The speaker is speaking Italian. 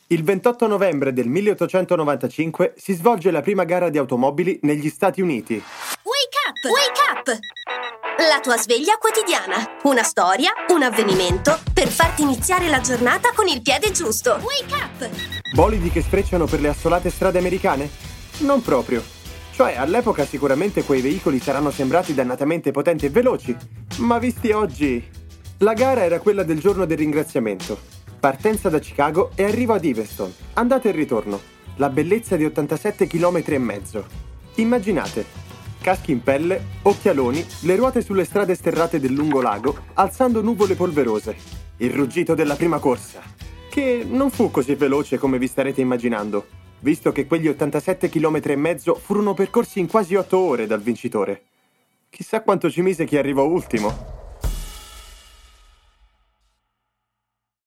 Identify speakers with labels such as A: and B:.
A: Il 28 novembre del 1895 si svolge la prima gara di automobili negli Stati Uniti.
B: Wake up! Wake up! La tua sveglia quotidiana. Una storia, un avvenimento per farti iniziare la giornata con il piede giusto. Wake up!
A: Bolidi che sfrecciano per le assolate strade americane? Non proprio. Cioè, all'epoca sicuramente quei veicoli saranno sembrati dannatamente potenti e veloci, ma visti oggi... La gara era quella del giorno del ringraziamento. Partenza da Chicago e arrivo ad Evanston. Andata e ritorno. La bellezza di 87 km e mezzo. Immaginate, caschi in pelle, occhialoni, le ruote sulle strade sterrate del lungolago, alzando nuvole polverose. Il ruggito della prima corsa, che non fu così veloce come vi starete immaginando, visto che quegli 87 km e mezzo furono percorsi in quasi 8 ore dal vincitore. Chissà quanto ci mise chi arrivò ultimo.